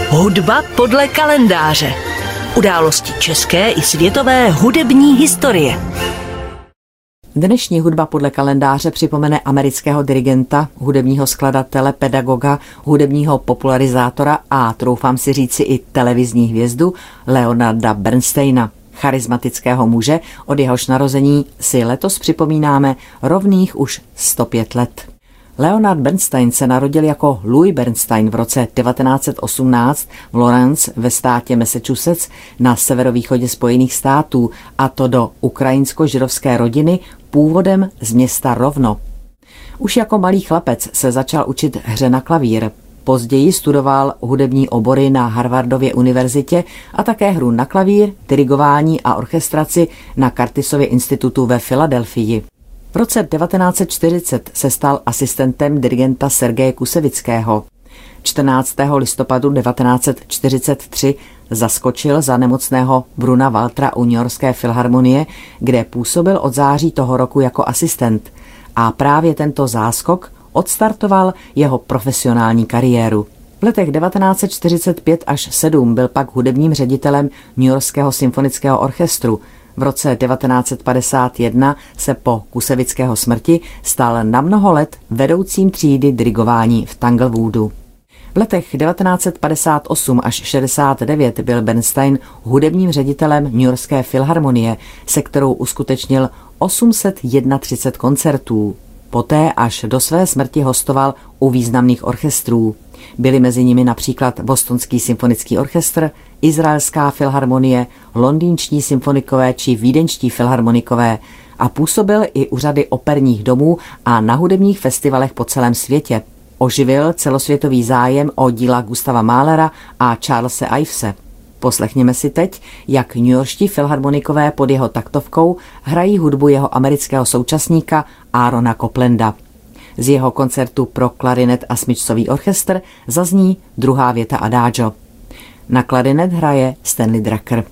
Hudba podle kalendáře. Události české i světové hudební historie. Dnešní hudba podle kalendáře připomene amerického dirigenta, hudebního skladatele, pedagoga, hudebního popularizátora a troufám si říci i televizní hvězdu Leonarda Bernsteina, charismatického muže, od jehož narození si letos připomínáme rovných už 105 let. Leonard Bernstein se narodil jako Louis Bernstein v roce 1918 v Lawrence ve státě Massachusetts na severovýchodě Spojených států, a to do ukrajinsko-židovské rodiny původem z města Rovno. Už jako malý chlapec se začal učit hře na klavír. Později studoval hudební obory na Harvardově univerzitě a také hru na klavír, dirigování a orchestraci na Curtisově institutu ve Filadelfii. V roce 1940 se stal asistentem dirigenta Sergeje Kusevického. 14. listopadu 1943 zaskočil za nemocného Bruna Waltera u New Yorkské filharmonie, kde působil od září toho roku jako asistent. A právě tento záskok odstartoval jeho profesionální kariéru. V letech 1945 až 7 byl pak hudebním ředitelem New Yorkského symfonického orchestru. V roce 1951 se po Kusevického smrti stal na mnoho let vedoucím třídy dirigování v Tanglewoodu. V letech 1958 až 69 byl Bernstein hudebním ředitelem New Yorkské filharmonie, se kterou uskutečnil 831 koncertů. Poté až do své smrti hostoval u významných orchestrů. Byli mezi nimi například Bostonský symfonický orchestr, Izraelská filharmonie, londýnští symfonikové či vídeňští filharmonikové a působil i u řady operních domů a na hudebních festivalech po celém světě. Oživil celosvětový zájem o díla Gustava Mahlera a Charlese Ivese. Poslechněme si teď, jak newyorští filharmonikové pod jeho taktovkou hrají hudbu jeho amerického současníka Aarona Coplanda. Z jeho koncertu pro klarinet a smyčcový orchestr zazní druhá věta Adagio. Na klarinet hraje Stanley Drucker.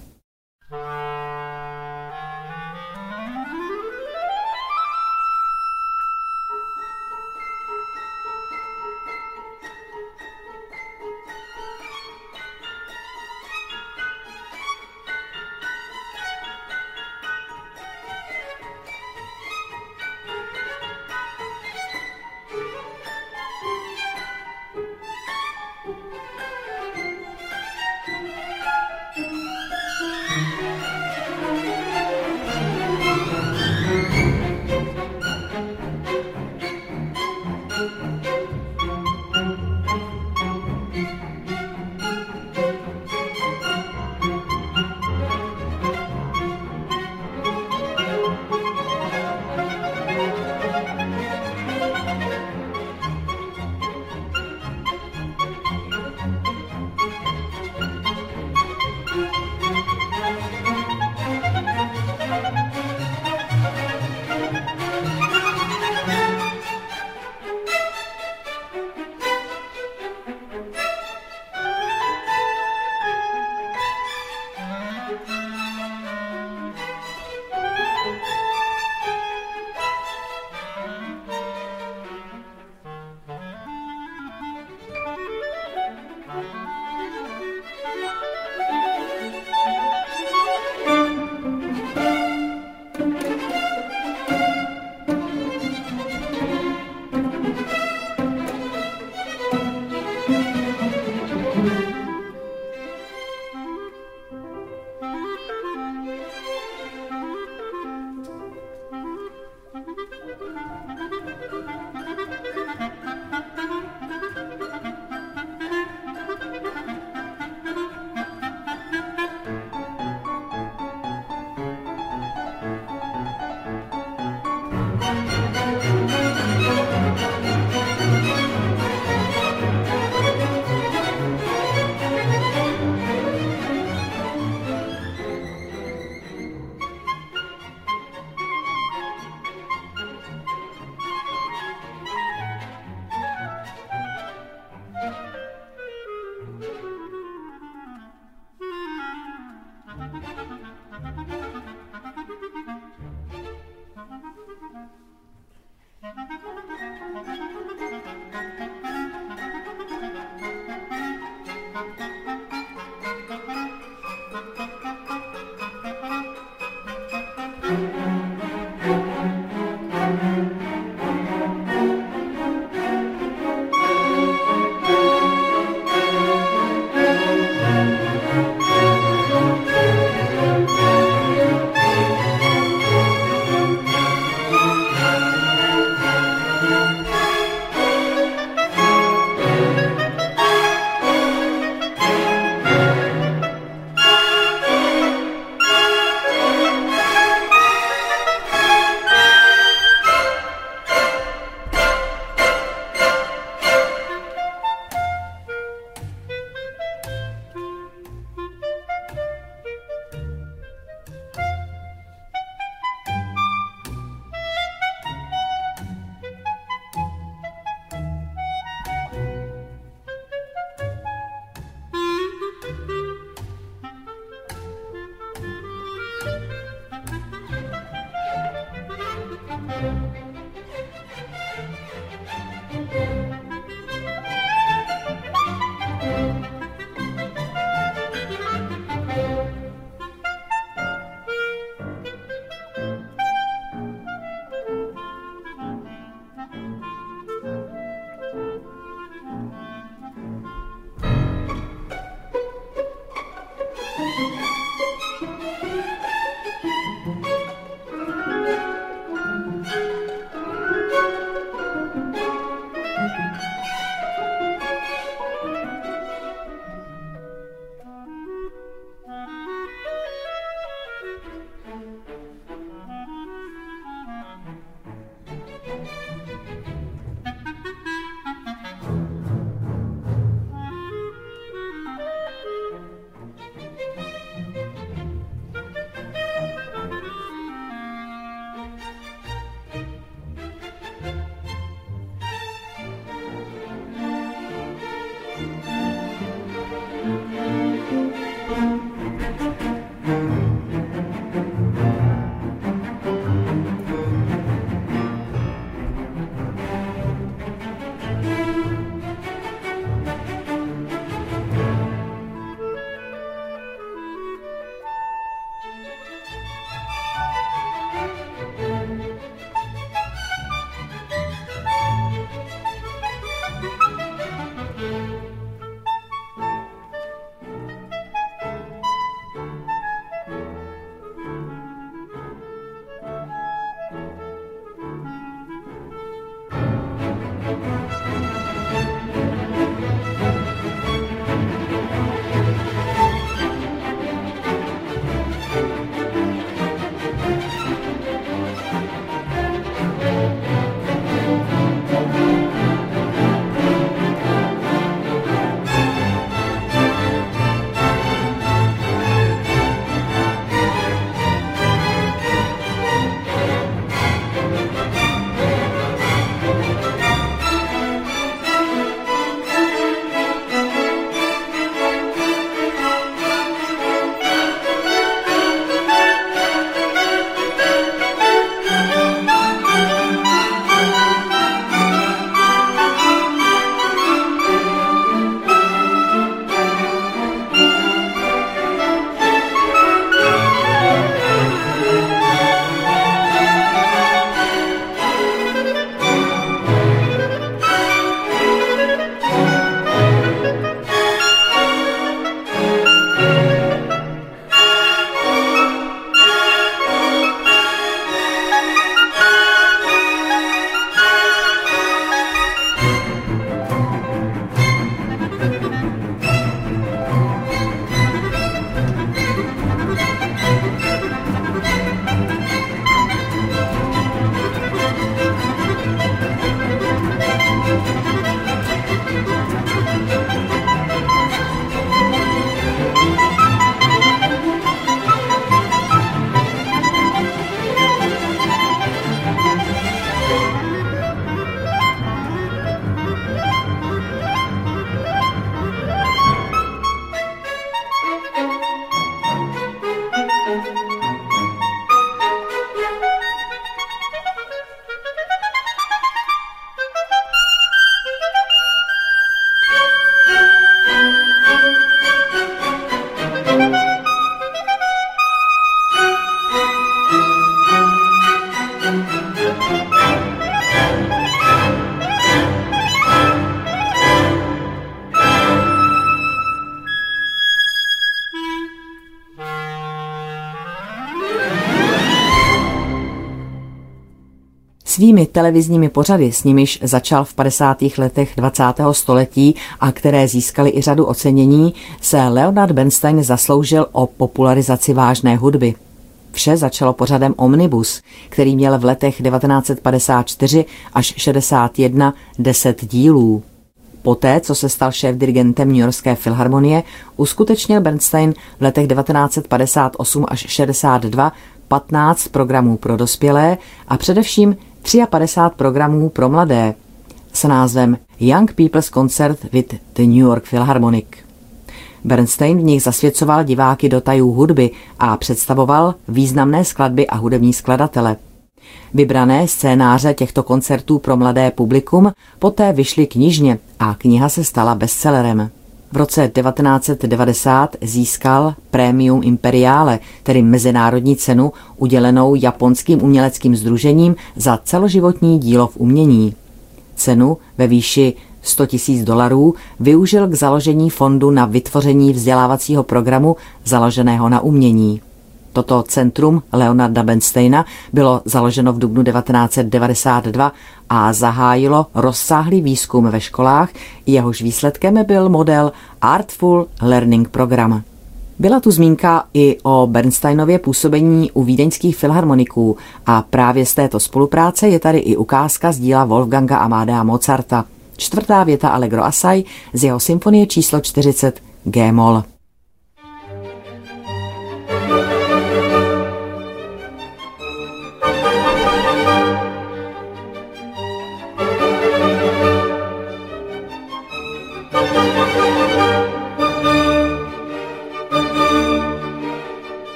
Svými televizními pořady, s nimiž začal v 50. letech 20. století a které získaly i řadu ocenění, se Leonard Bernstein zasloužil o popularizaci vážné hudby. Vše začalo pořadem Omnibus, který měl v letech 1954 až 61 10 dílů. Poté, co se stal šéfdirigentem Newyorské filharmonie, uskutečnil Bernstein v letech 1958 až 62 15 programů pro dospělé a především 53 programů pro mladé s názvem Young People's Concert with the New York Philharmonic. Bernstein v nich zasvěcoval diváky do tajů hudby a představoval významné skladby a hudební skladatele. Vybrané scénáře těchto koncertů pro mladé publikum poté vyšly knižně a kniha se stala bestsellerem. V roce 1990 získal Premium Imperiale, tedy mezinárodní cenu udělenou japonským uměleckým sdružením za celoživotní dílo v umění. Cenu ve výši $100,000 využil k založení fondu na vytvoření vzdělávacího programu založeného na umění. Toto centrum Leonarda Bernsteina bylo založeno v dubnu 1992 a zahájilo rozsáhlý výzkum ve školách, jehož výsledkem byl model Artful Learning Program. Byla tu zmínka i o Bernsteinově působení u vídeňských filharmoniků a právě z této spolupráce je tady i ukázka z díla Wolfganga Amadea Mozarta. 4. věta Allegro assai z jeho symfonie číslo 40 G-moll.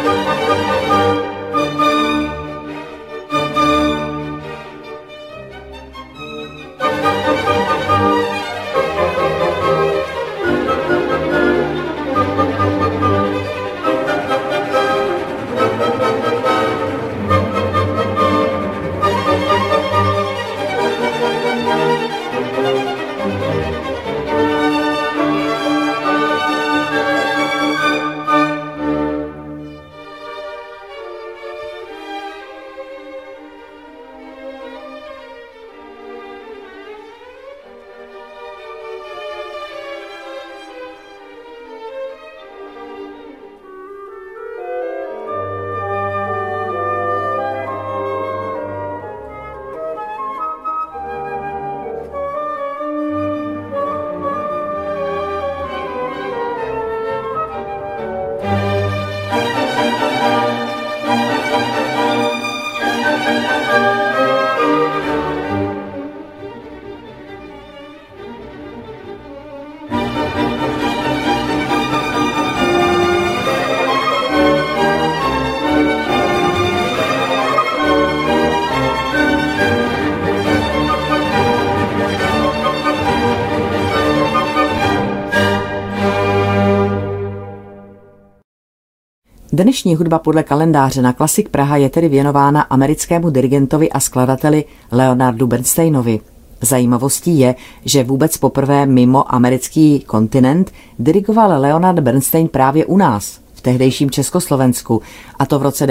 Dnešní hudba podle kalendáře na Klasik Praha je tedy věnována americkému dirigentovi a skladateli Leonardu Bernsteinovi. Zajímavostí je, že vůbec poprvé mimo americký kontinent dirigoval Leonard Bernstein právě u nás, v tehdejším Československu, a to v roce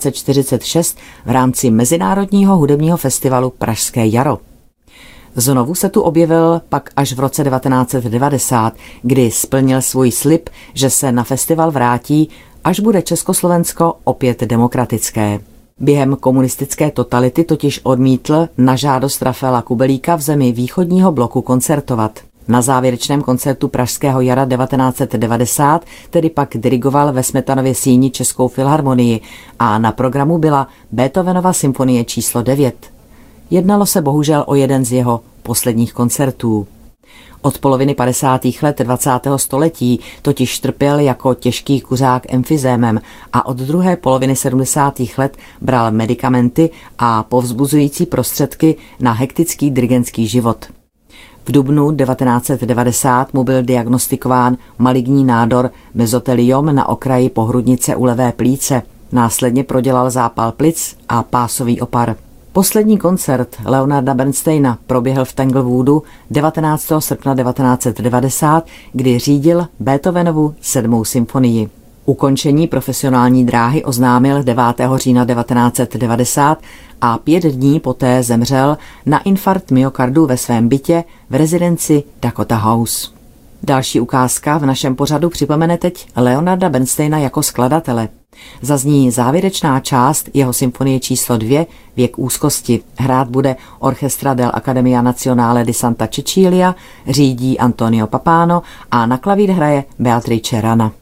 1946 v rámci Mezinárodního hudebního festivalu Pražské jaro. Znovu se tu objevil pak až v roce 1990, kdy splnil svůj slib, že se na festival vrátí, až bude Československo opět demokratické. Během komunistické totality totiž odmítl na žádost Rafaela Kubelíka v zemi východního bloku koncertovat. Na závěrečném koncertu Pražského jara 1990 tedy pak dirigoval ve Smetanově síni Českou filharmonii a na programu byla Beethovenova symfonie číslo 9. Jednalo se bohužel o jeden z jeho posledních koncertů. Od poloviny 50. let 20. století totiž trpěl jako těžký kuřák emfyzémem a od druhé poloviny 70. let bral medikamenty a povzbuzující prostředky na hektický dirigentský život. V dubnu 1990 mu byl diagnostikován maligní nádor mezoteliom na okraji pohrudnice u levé plíce. Následně prodělal zápal plic a pásový opar. Poslední koncert Leonarda Bernsteina proběhl v Tanglewoodu 19. srpna 1990, kdy řídil Beethovenovu 7. symfonii. Ukončení profesionální dráhy oznámil 9. října 1990 a 5 dní poté zemřel na infarkt myokardu ve svém bytě v rezidenci Dakota House. Další ukázka v našem pořadu připomene teď Leonarda Bernsteina jako skladatele. Zazní závěrečná část jeho symfonie číslo 2 Věk úzkosti. Hrát bude Orchestra dell'Accademia Nazionale di Santa Cecilia, řídí Antonio Papano a na klavír hraje Beatrice Rana.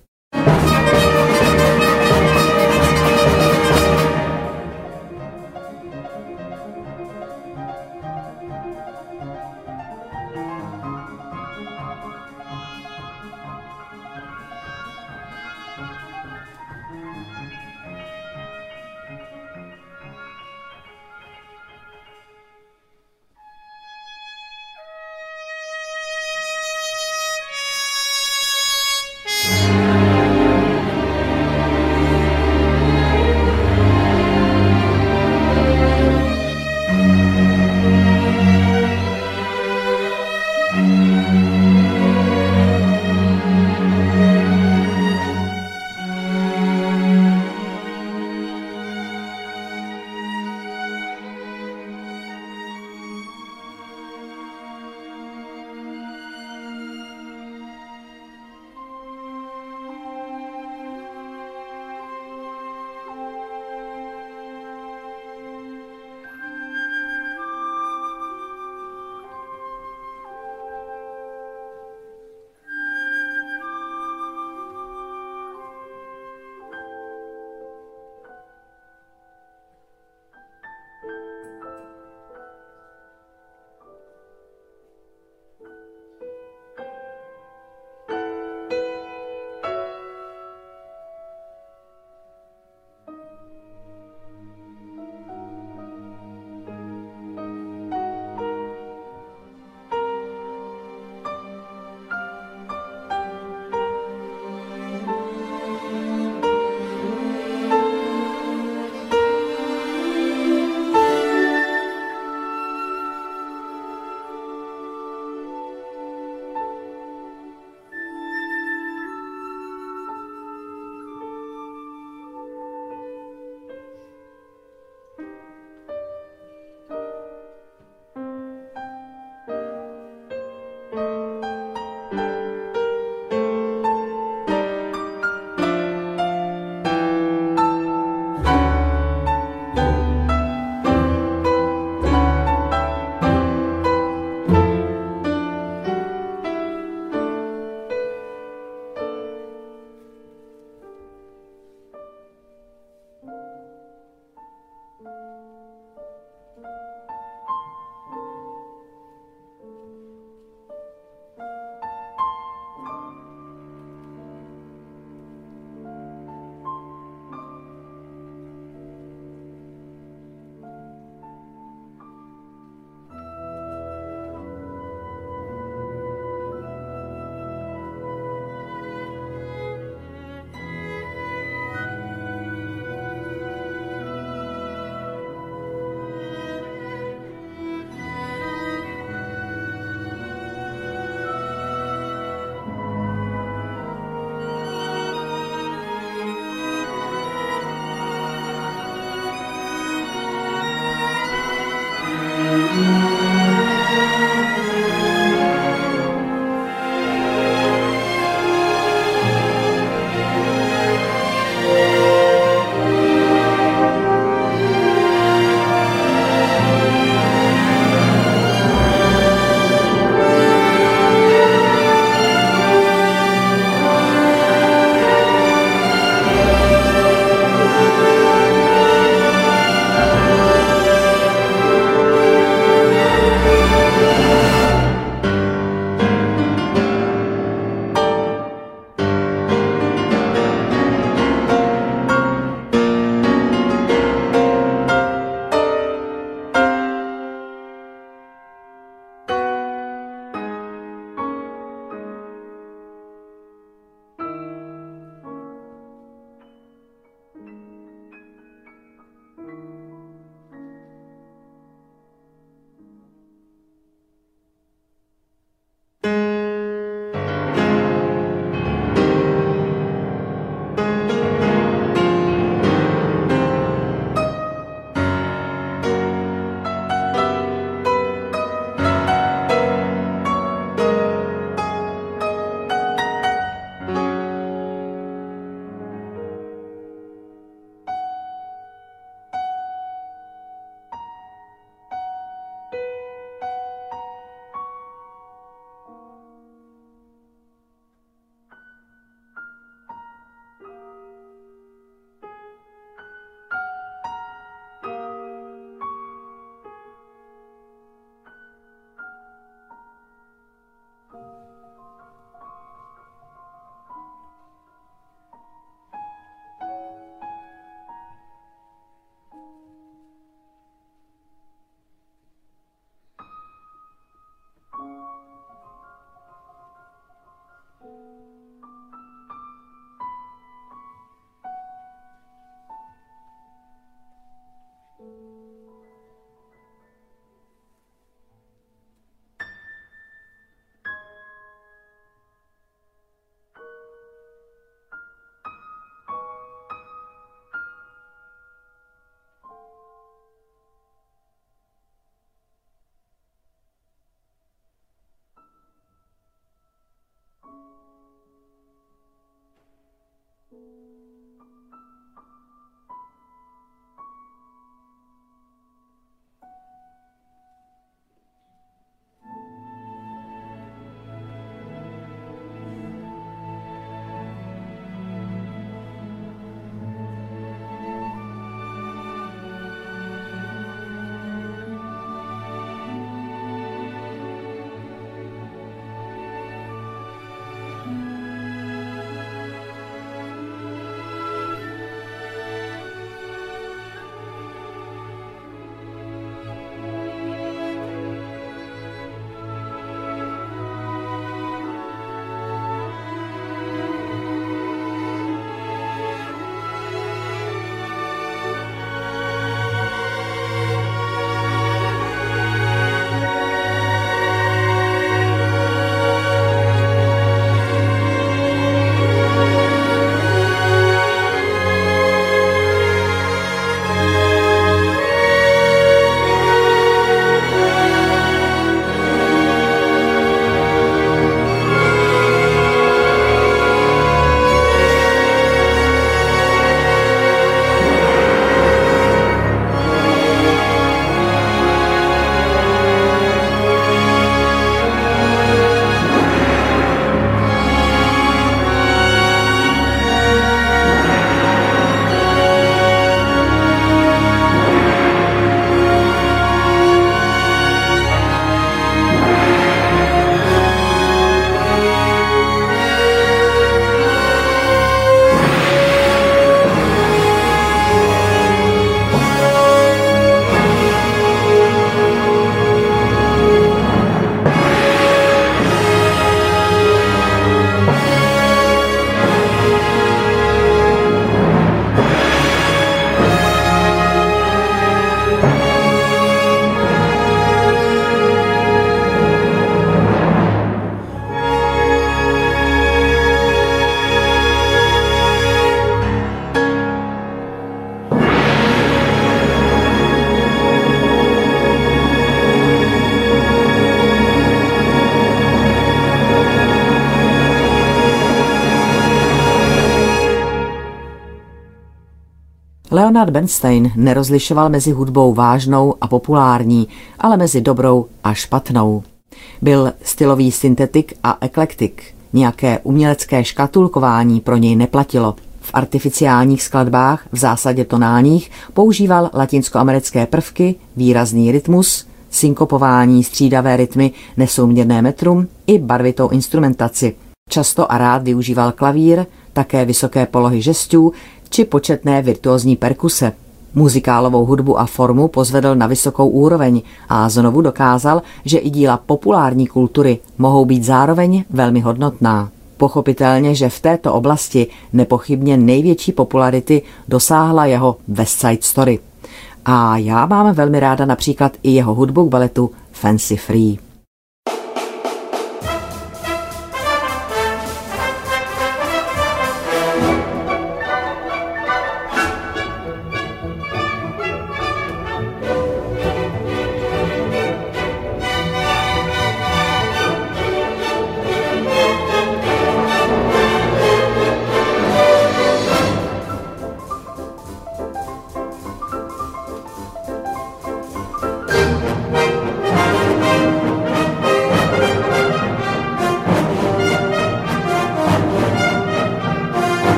Leonard Bernstein nerozlišoval mezi hudbou vážnou a populární, ale mezi dobrou a špatnou. Byl stylový syntetik a eklektik. Nějaké umělecké škatulkování pro něj neplatilo. V artificiálních skladbách, v zásadě tonálních, používal latinskoamerické prvky, výrazný rytmus, synkopování, střídavé rytmy, nesouměrné metrum i barvitou instrumentaci. Často a rád využíval klavír, také vysoké polohy žestů či početné virtuózní perkuse. Muzikálovou hudbu a formu pozvedl na vysokou úroveň a znovu dokázal, že i díla populární kultury mohou být zároveň velmi hodnotná. Pochopitelně, že v této oblasti nepochybně největší popularity dosáhla jeho West Side Story. A já mám velmi ráda například i jeho hudbu k baletu Fancy Free.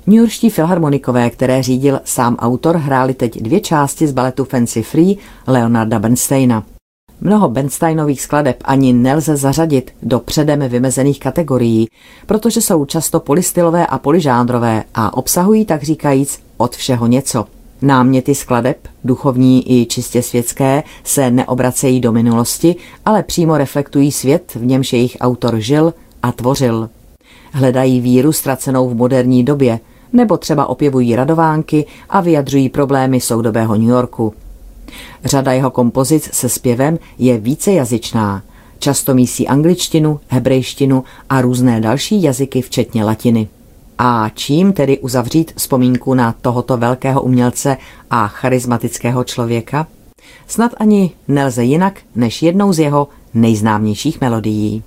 Newyorští filharmonikové, které řídil sám autor, hráli teď 2 části z baletu Fancy Free Leonarda Bernsteina. Mnoho Bernsteinových skladeb ani nelze zařadit do předem vymezených kategorií, protože jsou často polystylové a polyžánrové a obsahují, tak říkajíc, od všeho něco. Náměty skladeb, duchovní i čistě světské, se neobracejí do minulosti, ale přímo reflektují svět, v němž jejich autor žil a tvořil. Hledají víru ztracenou v moderní době, nebo třeba opěvují radovánky a vyjadřují problémy soudobého New Yorku. Řada jeho kompozic se zpěvem je vícejazyčná. Často mísí angličtinu, hebrejštinu a různé další jazyky, včetně latiny. A čím tedy uzavřít vzpomínku na tohoto velkého umělce a charismatického člověka? Snad ani nelze jinak, než jednou z jeho nejznámějších melodií.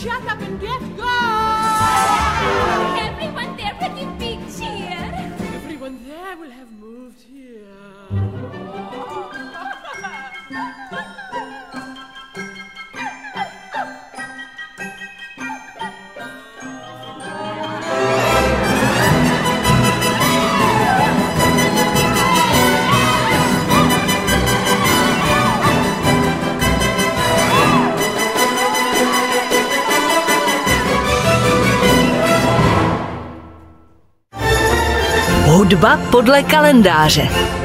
shut up and get gone! Everyone there will give big cheer. Everyone there will have moved here. Hudba podle kalendáře.